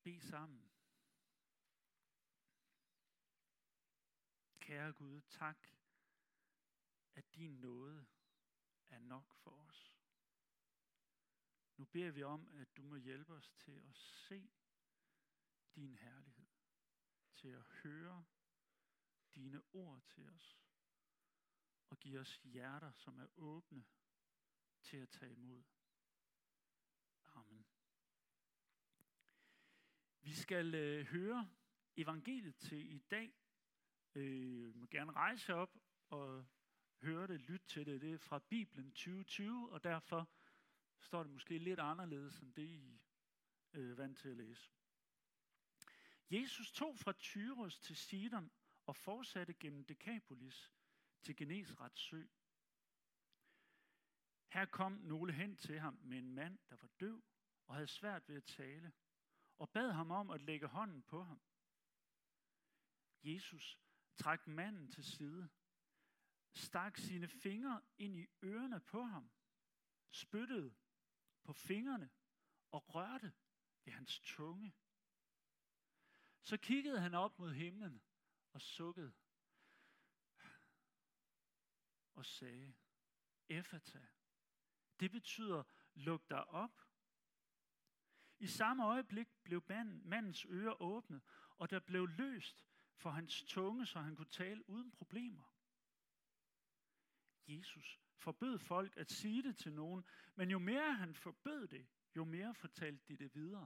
bede sammen. Kære Gud, tak, at din nåde er nok for os. Nu beder vi om, at du må hjælpe os til at se din herlighed, til at høre dine ord til os, og give os hjerter, som er åbne til at tage imod. Amen. Vi skal høre evangeliet til i dag. Må gerne rejse op og høre det, lytte til det. Det er fra Bibelen 2020, og derfor står det måske lidt anderledes end det, I er vant til at læse. Jesus tog fra Tyros til Sidon og fortsatte gennem Dekapolis til Genesarets sø. Her kom nogle hen til ham med en mand, der var døv og havde svært ved at tale, og bad ham om at lægge hånden på ham. Jesus trak manden til side, stak sine fingre ind i ørerne på ham, spyttede på fingrene og rørte ved hans tunge. Så kiggede han op mod himlen og sukkede og sagde, Ephata. Det betyder, luk dig op. I samme øjeblik blev mandens ører åbnet, og der blev løst for hans tunge, så han kunne tale uden problemer. Jesus forbød folk at sige det til nogen, men jo mere han forbød det, jo mere fortalte de det videre.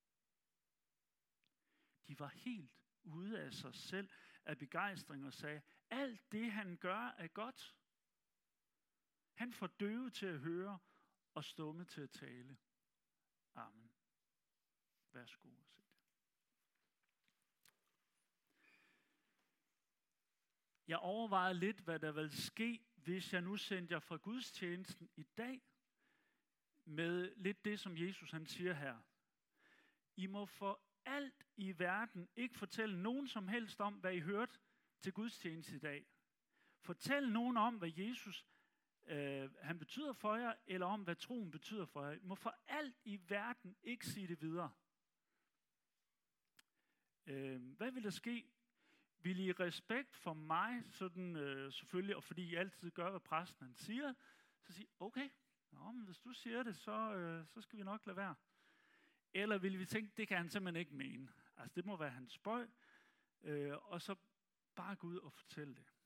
De var helt ude af sig selv af begejstring og sagde, alt det han gør er godt. Han får døve til at høre og stumme til at tale. Amen. Værsgo og se det. Jeg overvejede lidt, hvad der ville ske, hvis jeg nu sendte jer fra gudstjenesten i dag, med lidt det, som Jesus han siger her. I må for alt i verden ikke fortælle nogen som helst om, hvad I hørte til gudstjeneste i dag. Fortæl nogen om, hvad Jesus han betyder for jer, eller om, hvad troen betyder for jer. I må for alt i verden ikke sige det videre. Hvad vil der ske? Vil I respekt for mig, sådan selvfølgelig, og fordi I altid gør, hvad præsten han siger, så sige, okay, men hvis du siger det, så skal vi nok lade være. Eller vil vi tænke, det kan han simpelthen ikke mene. Altså det må være hans spøg, og så bare gå ud og fortælle det.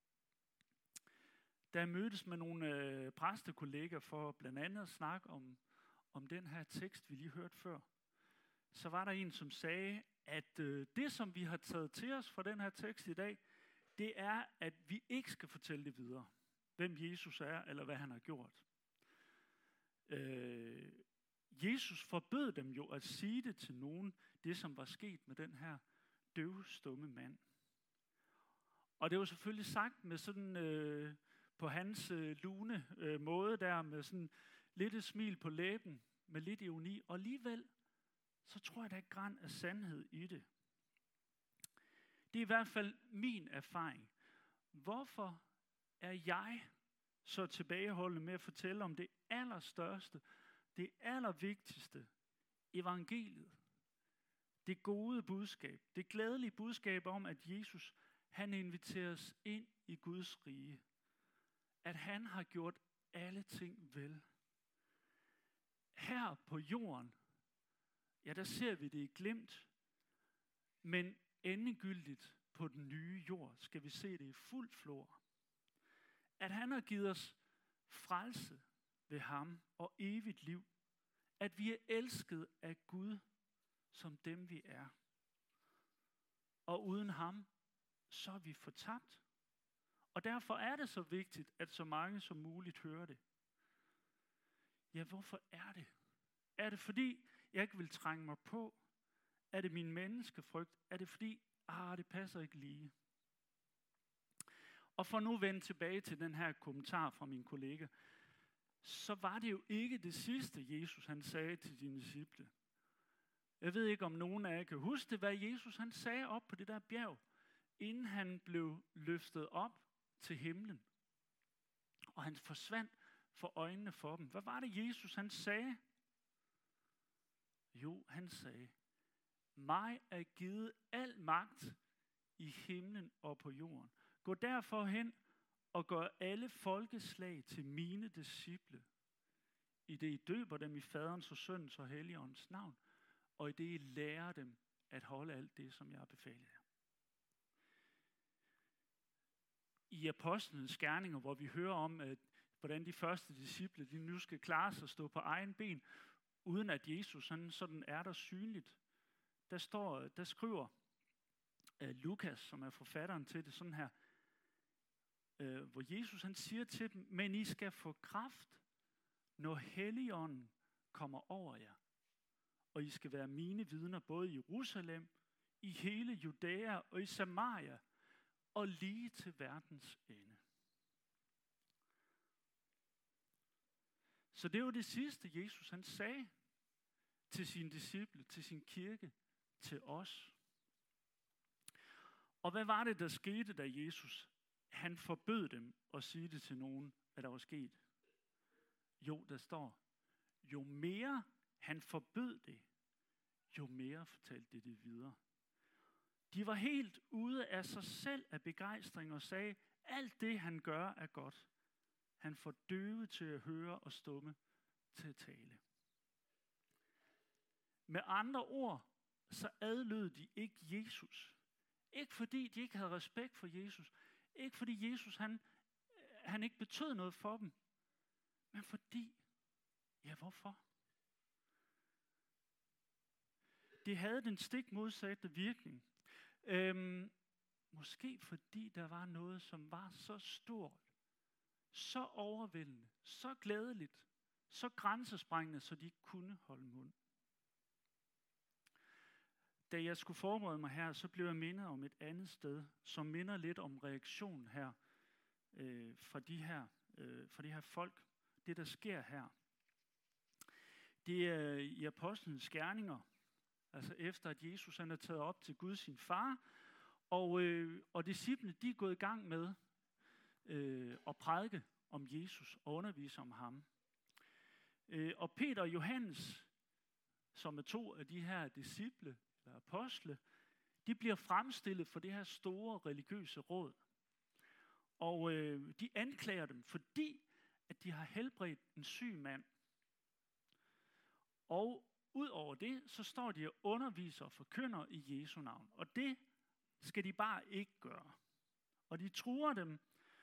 Da jeg mødtes med nogle præstekolleger for blandt andet at snakke om den her tekst, vi lige hørte før, så var der en, som sagde, at det, som vi har taget til os fra den her tekst i dag, det er, at vi ikke skal fortælle det videre, hvem Jesus er, eller hvad han har gjort. Jesus forbød dem jo at sige det til nogen, det som var sket med den her døvstumme mand. Og det var selvfølgelig sagt med sådan på hans lune måde der, med sådan lidt et smil på læben, med lidt ironi, og alligevel så tror jeg, der er et gran af sandhed i det. Det er i hvert fald min erfaring. Hvorfor er jeg så tilbageholdende med at fortælle om det allerstørste, det allervigtigste, evangeliet, det gode budskab, det glædelige budskab om, at Jesus, han inviterer os ind i Guds rige, at han har gjort alle ting vel. Her på jorden, ja, der ser vi det i glimt, men endegyldigt på den nye jord skal vi se det i fuld flor. At han har givet os frelse ved ham og evigt liv. At vi er elsket af Gud som dem vi er. Og uden ham, så er vi fortabt. Og derfor er det så vigtigt, at så mange som muligt hører det. Ja, hvorfor er det? Er det fordi, jeg ikke vil trænge mig på? Er det min menneskefrygt? Er det fordi, det passer ikke lige? Og for nu at vende tilbage til den her kommentar fra min kollega, så var det jo ikke det sidste, Jesus han sagde til sine disciple. Jeg ved ikke, om nogen af jer kan huske det, hvad Jesus han sagde op på det der bjerg, inden han blev løftet op til himlen. Og han forsvandt for øjnene for dem. Hvad var det, Jesus han sagde? Jo, han sagde, mig er givet al magt i himlen og på jorden. Gå derfor hen og gør alle folkeslag til mine disciple, i det I døber dem i faderens og søndens og helligåndens navn, og i det I lærer dem at holde alt det, som jeg har befalet jer. I apostlenes gerninger, hvor vi hører om, hvordan de første disciple, de nu skal klare sig at stå på egen ben, uden at Jesus sådan er der synligt. Der skriver Lukas, som er forfatteren til det, sådan her, hvor Jesus han siger til dem, men I skal få kraft, når Helligånden kommer over jer. Og I skal være mine vidner både i Jerusalem, i hele Judæa og i Samaria, og lige til verdens ende. Så det var det sidste, Jesus han sagde til sine disciple, til sin kirke, til os. Og hvad var det, der skete, da Jesus han forbød dem at sige det til nogen, hvad der var sket? Jo, der står, jo mere han forbød det, jo mere fortalte det videre. De var helt ude af sig selv af begejstring og sagde, alt det han gør er godt. Han får døve til at høre og stumme til at tale. Med andre ord, så adlød de ikke Jesus. Ikke fordi de ikke havde respekt for Jesus. Ikke fordi Jesus han ikke betød noget for dem. Men fordi, ja hvorfor? Det havde den stik modsatte virkning. Måske fordi der var noget, som var så stort, så overvældende, så glædeligt, så grænsesprængende, så de ikke kunne holde mund. Da jeg skulle forberede mig her, så blev jeg mindet om et andet sted, som minder lidt om reaktionen her fra de her folk. Det, der sker her. Det er i apostlenes gerninger, altså efter at Jesus han er taget op til Gud sin far, og disciplene de er gået i gang med at prædike om Jesus og undervise om ham. Og Peter og Johannes, som er to af de her disciple, eller apostle, de bliver fremstillet for det her store religiøse råd. Og de anklager dem, fordi at de har helbredt en syg mand. Og ud over det, så står de og underviser og forkynder i Jesu navn. Og det skal de bare ikke gøre. Og de truer dem,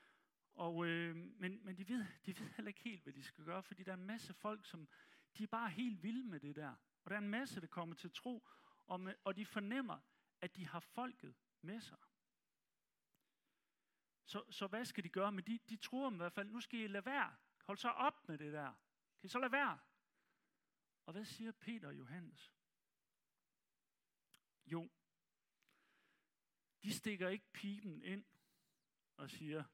men de ved heller ikke helt, hvad de skal gøre, fordi der er en masse folk, som de er bare helt vilde med det der. Og der er en masse, der kommer til tro, og de fornemmer, at de har folket med sig. Så hvad skal de gøre? Men de truer dem i hvert fald, nu skal I lade være. Hold så op med det der. Kan I så lade være? Og hvad siger Peter og Johannes? Jo, de stikker ikke piben ind og siger,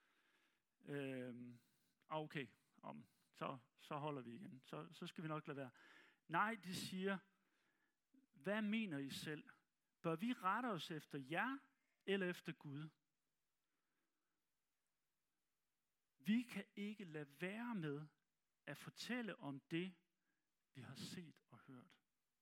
okay, så holder vi igen. Så skal vi nok lade være. Nej, de siger, hvad mener I selv? Bør vi rette os efter jer eller efter Gud? Vi kan ikke lade være med at fortælle om det, vi har set og hørt.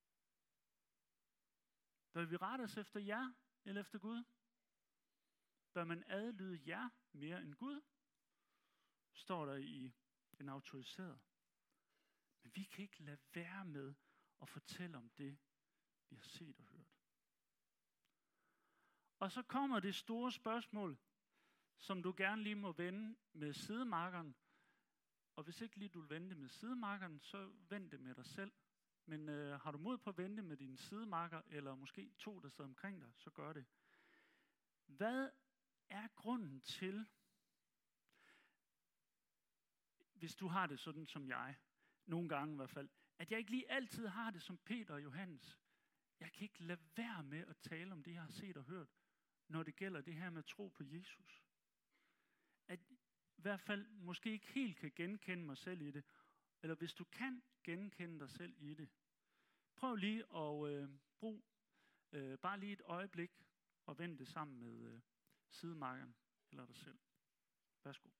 Bør vi rette os efter jer eller efter Gud? Bør man adlyde jer mere end Gud? Står der i en autoriseret. Men vi kan ikke lade være med at fortælle om det, vi har set og hørt. Og så kommer det store spørgsmål, som du gerne lige må vende med sidemarkeren. Og hvis ikke lige du vil vende det med sidemarkeren, så vend det med dig selv. Men har du mod på at vende det med din sidemarker, eller måske to, der sidder omkring dig, så gør det. Hvad er grunden til, hvis du har det sådan som jeg, nogle gange i hvert fald, at jeg ikke lige altid har det som Peter og Johannes? Jeg kan ikke lade være med at tale om det, jeg har set og hørt, når det gælder det her med at tro på Jesus. At i hvert fald måske ikke helt kan genkende mig selv i det, eller hvis du kan genkende dig selv i det, prøv lige at bruge bare lige et øjeblik og vend det sammen med sidemarkeren eller dig selv. Værsgo.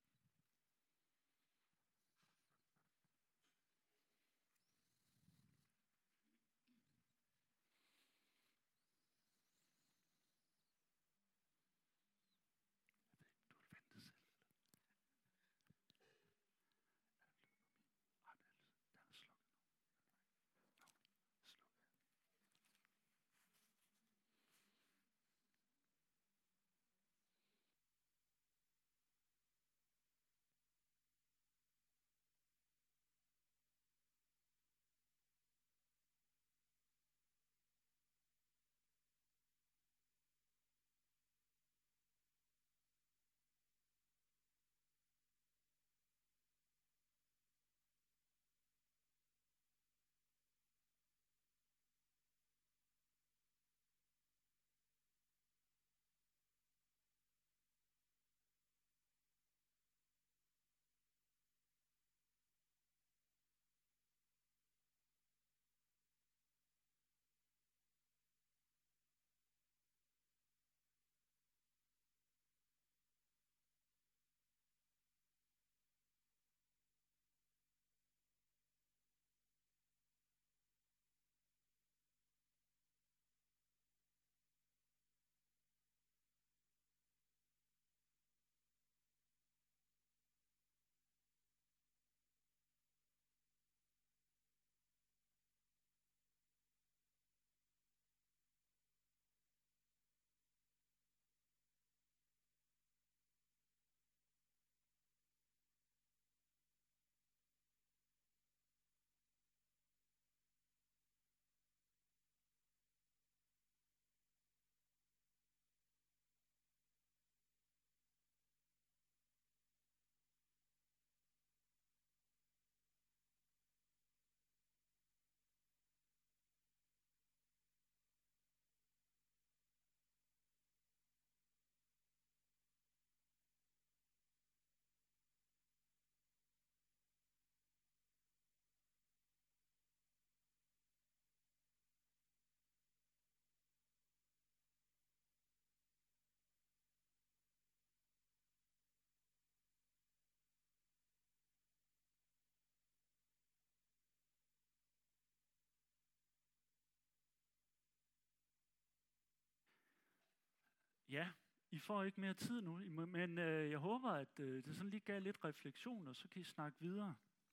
Ja, I får ikke mere tid nu, men jeg håber, at det sådan lige gav lidt refleksion, og så kan I snakke videre.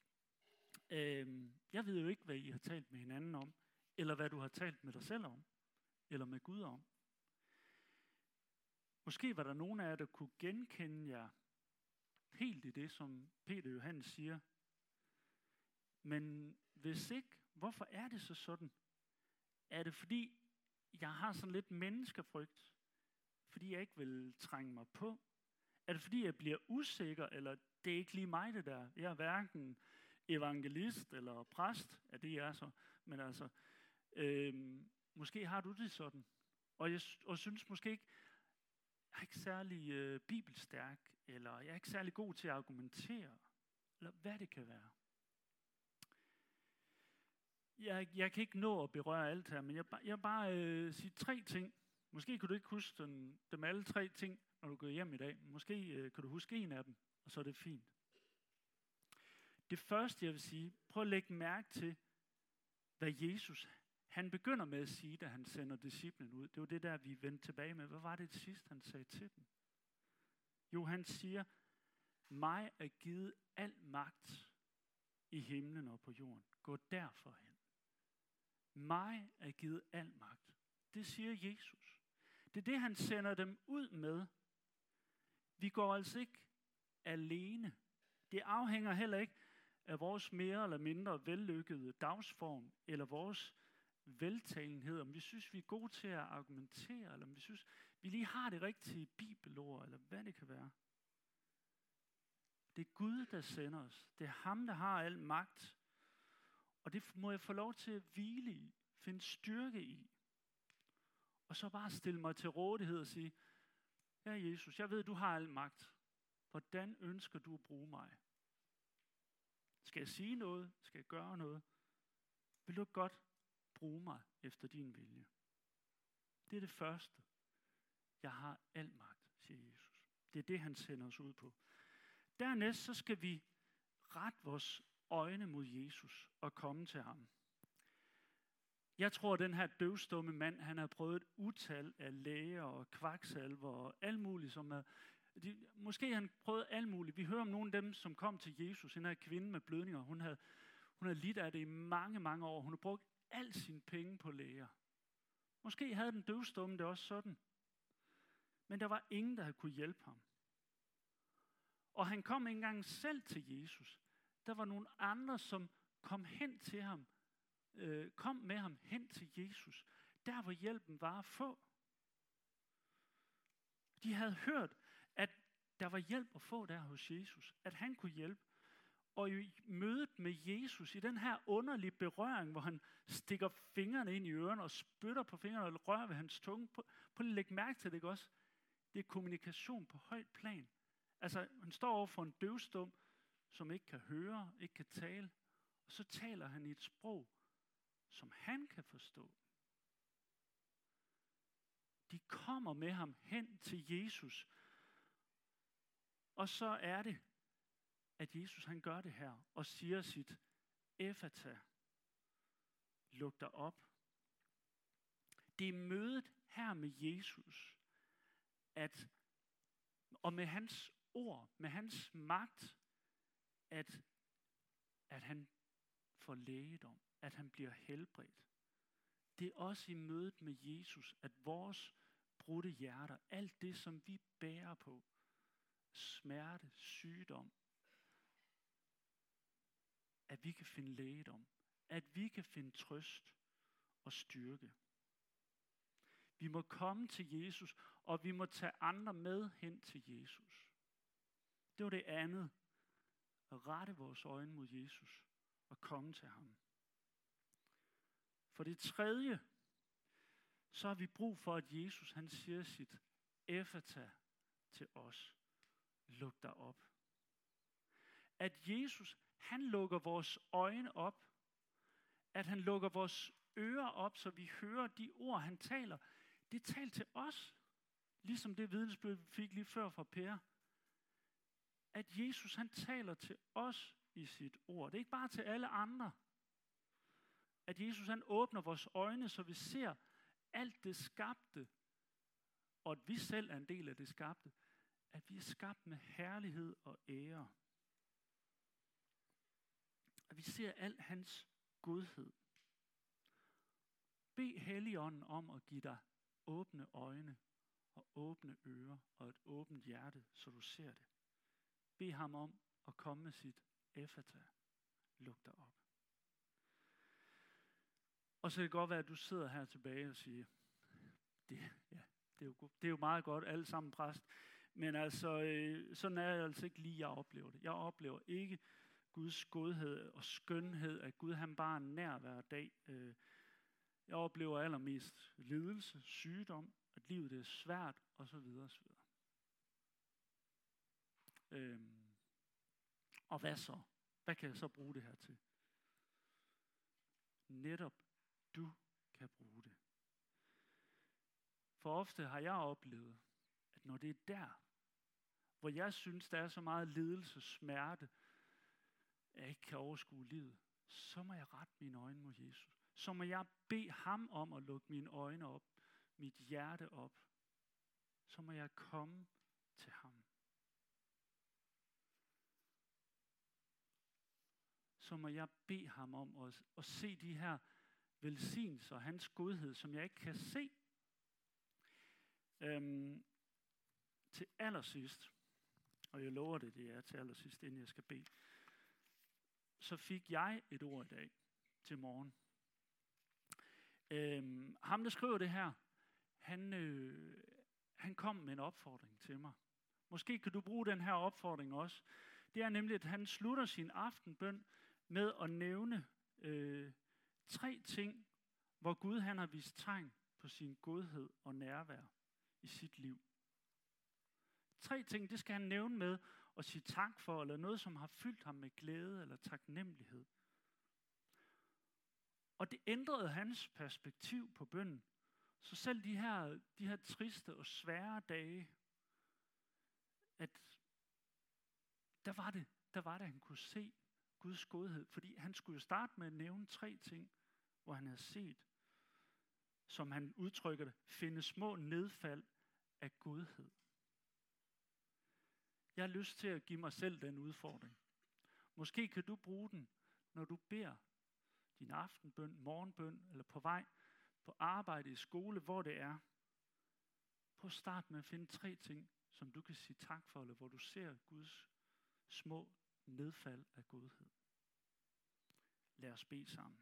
Jeg ved jo ikke, hvad I har talt med hinanden om, eller hvad du har talt med dig selv om, eller med Gud om. Måske var der nogen af jer, der kunne genkende jer helt i det, som Peter Johannes siger. Men hvis ikke, hvorfor er det så sådan? Er det fordi, jeg har sådan lidt menneskefrygt? Fordi jeg ikke vil trænge mig på? Er det fordi, jeg bliver usikker, eller det er ikke lige mig det der? Jeg er hverken evangelist eller præst, ja det er så, men altså, måske har du det sådan. Og jeg synes måske ikke, jeg er ikke særlig bibelstærk, eller jeg er ikke særlig god til at argumentere, eller hvad det kan være. Jeg kan ikke nå at berøre alt her, men jeg bare sige 3 ting. Måske kan du ikke huske dem alle 3 ting, når du går hjem i dag. Måske kan du huske en af dem, og så er det fint. Det første, jeg vil sige, prøv at lægge mærke til, hvad Jesus, han begynder med at sige, da han sender disciplen ud. Det var det der, vi vendte tilbage med. Hvad var det sidst, han sagde til dem? Jo, han siger, mig er givet al magt i himlen og på jorden. Gå derfor hen. Mig er givet al magt. Det siger Jesus. Det er det, han sender dem ud med. Vi går altså ikke alene. Det afhænger heller ikke af vores mere eller mindre vellykkede dagsform, eller vores veltalenhed, om vi synes, vi er gode til at argumentere, eller om vi synes, vi lige har det rigtige bibelord, eller hvad det kan være. Det er Gud, der sender os. Det er ham, der har al magt. Og det må jeg få lov til at hvile i, finde styrke i. Og så bare stille mig til rådighed og sige, ja Jesus, jeg ved, du har al magt. Hvordan ønsker du at bruge mig? Skal jeg sige noget? Skal jeg gøre noget? Vil du godt bruge mig efter din vilje? Det er det første. Jeg har al magt, siger Jesus. Det er det, han sender os ud på. Dernæst så skal vi rette vores øjne mod Jesus og komme til ham. Jeg tror, at den her døvstumme mand, han har prøvet et utal af læger og kvaksalver og alt muligt, måske han prøvet alt muligt. Vi hører om nogle af dem, som kom til Jesus, den her kvinde med blødninger. Hun havde lidt af det i mange, mange år. Hun har brugt al sine penge på læger. Måske havde den døvstumme det også sådan. Men der var ingen, der havde kunne hjælpe ham. Og han kom ikke engang selv til Jesus. Der var nogle andre, som kom hen til ham, kom med ham hen til Jesus. Der hvor hjælpen var at få. De havde hørt, at der var hjælp at få der hos Jesus. At han kunne hjælpe. Og i mødet med Jesus, i den her underlige berøring, hvor han stikker fingrene ind i ørerne og spytter på fingrene og rører ved hans tunge. Prøv at lægge mærke til det, ikke også? Det er kommunikation på højt plan. Altså, han står over for en døvstum, som ikke kan høre, ikke kan tale. Og så taler han i et sprog, som han kan forstå. De kommer med ham hen til Jesus. Og så er det, at Jesus han gør det her og siger sit Efata, luk dig op. Det er mødet her med Jesus, og med hans ord, med hans magt, at han får lægedom, at han bliver helbredt. Det er også i mødet med Jesus, at vores brudte hjerter, alt det som vi bærer på, smerte, sygdom, at vi kan finde lægedom, at vi kan finde trøst og styrke. Vi må komme til Jesus, og vi må tage andre med hen til Jesus. Det var det andet. At rette vores øjne mod Jesus og komme til ham. For det tredje, så har vi brug for, at Jesus han siger sit Efata til os. Luk dig op. At Jesus han lukker vores øjne op. At han lukker vores ører op, så vi hører de ord, han taler. Det taler til os. Ligesom det vidnesbyrd, vi fik lige før fra Per. At Jesus han taler til os i sit ord. Det er ikke bare til alle andre. At Jesus han åbner vores øjne, så vi ser alt det skabte og at vi selv er en del af det skabte, at vi er skabt med herlighed og ære. At vi ser al hans godhed. Bed Helligånden om at give dig åbne øjne og åbne ører og et åbent hjerte, så du ser det. Bed ham om at komme med sit Efata. Luk dig op. Og så kan det godt være, at du sidder her tilbage og siger, det er jo meget godt, alle sammen præst. Men altså, sådan er det altså ikke lige, jeg oplever det. Jeg oplever ikke Guds godhed og skønhed, at Gud han bare er nær hver dag. Jeg oplever allermest lidelse, sygdom, at livet er svært, osv. osv. Og hvad så? Hvad kan jeg så bruge det her til? Netop du kan bruge det. For ofte har jeg oplevet, at når det er der, hvor jeg synes, der er så meget lidelse, smerte, at jeg ikke kan overskue livet, så må jeg rette mine øjne mod Jesus. Så må jeg bede ham om at lukke mine øjne op, mit hjerte op. Så må jeg komme til ham. Så må jeg bede ham om at se de her velsignelser og hans godhed, som jeg ikke kan se. Til allersidst, og jeg lover det er til allersidst, inden jeg skal bede, så fik jeg et ord i dag til morgen. Ham, der skriver det her, han kom med en opfordring til mig. Måske kan du bruge den her opfordring også. Det er nemlig, at han slutter sin aftenbøn med at nævne 3 ting, hvor Gud han har vist tegn på sin godhed og nærvær i sit liv. 3 ting, det skal han nævne med og sige tak for, eller noget, som har fyldt ham med glæde eller taknemmelighed. Og det ændrede hans perspektiv på bønnen. Så selv de her triste og svære dage, at der var det, han kunne se Guds godhed. Fordi han skulle jo starte med at nævne 3 ting, hvor han havde set, som han udtrykker det, finde små nedfald af godhed. Jeg har lyst til at give mig selv den udfordring. Måske kan du bruge den, når du beder din aftenbøn, morgenbøn, eller på vej på arbejde, i skole, hvor det er. Prøv at starte med at finde 3 ting, som du kan sige tak for, eller hvor du ser Guds små nedfald af godhed. Lad os bede sammen.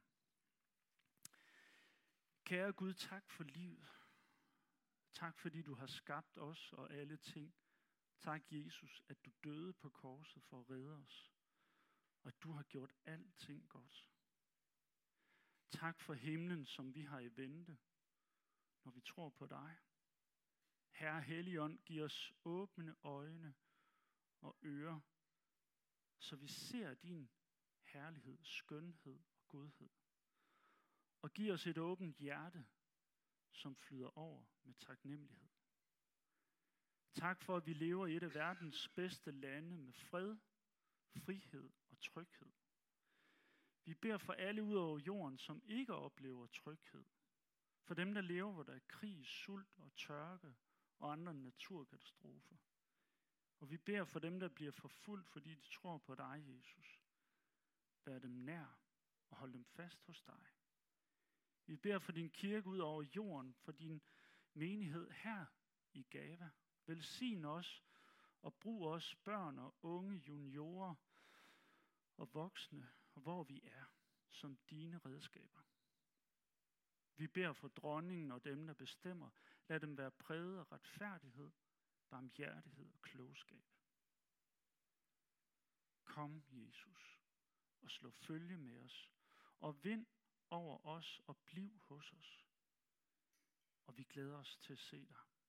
Kære Gud, tak for livet. Tak fordi du har skabt os og alle ting. Tak Jesus, at du døde på korset for at redde os. Og at du har gjort alting godt. Tak for himlen, som vi har i vente, når vi tror på dig. Herre Helligånd, giv os åbne øjne og ører, så vi ser din herlighed, skønhed og godhed. Og giv os et åbent hjerte, som flyder over med taknemmelighed. Tak for, at vi lever i et af verdens bedste lande med fred, frihed og tryghed. Vi beder for alle ud over jorden, som ikke oplever tryghed. For dem, der lever, hvor der er krig, sult og tørke og andre naturkatastrofer. Og vi beder for dem, der bliver forfulgt, fordi de tror på dig, Jesus. Vær dem nær og hold dem fast hos dig. Vi beder for din kirke ud over jorden, for din menighed her i Gava. Velsign os og brug os børn og unge, juniorer og voksne, og hvor vi er, som dine redskaber. Vi beder for dronningen og dem, der bestemmer. Lad dem være præget af retfærdighed, barmhjertighed og klogskab. Kom, Jesus, og slå følge med os, og vind over os og bliv hos os. Og vi glæder os til at se dig.